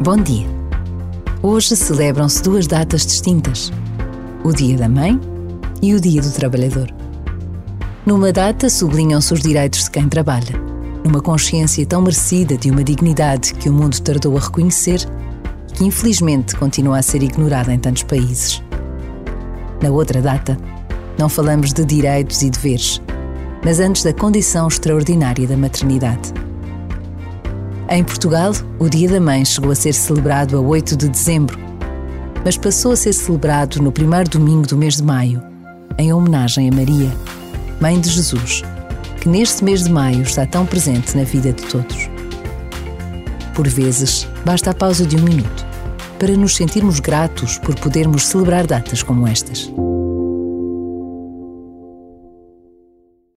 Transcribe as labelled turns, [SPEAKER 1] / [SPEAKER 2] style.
[SPEAKER 1] Bom dia! Hoje celebram-se duas datas distintas: o Dia da Mãe e o Dia do Trabalhador. Numa data sublinham-se os direitos de quem trabalha, numa consciência tão merecida de uma dignidade que o mundo tardou a reconhecer e que infelizmente continua a ser ignorada em tantos países. Na outra data, não falamos de direitos e deveres, mas antes da condição extraordinária da maternidade. Em Portugal, o Dia da Mãe chegou a ser celebrado a 8 de dezembro, mas passou a ser celebrado no primeiro domingo do mês de maio, em homenagem a Maria, Mãe de Jesus, que neste mês de maio está tão presente na vida de todos. Por vezes, basta a pausa de 1 minuto para nos sentirmos gratos por podermos celebrar datas como estas.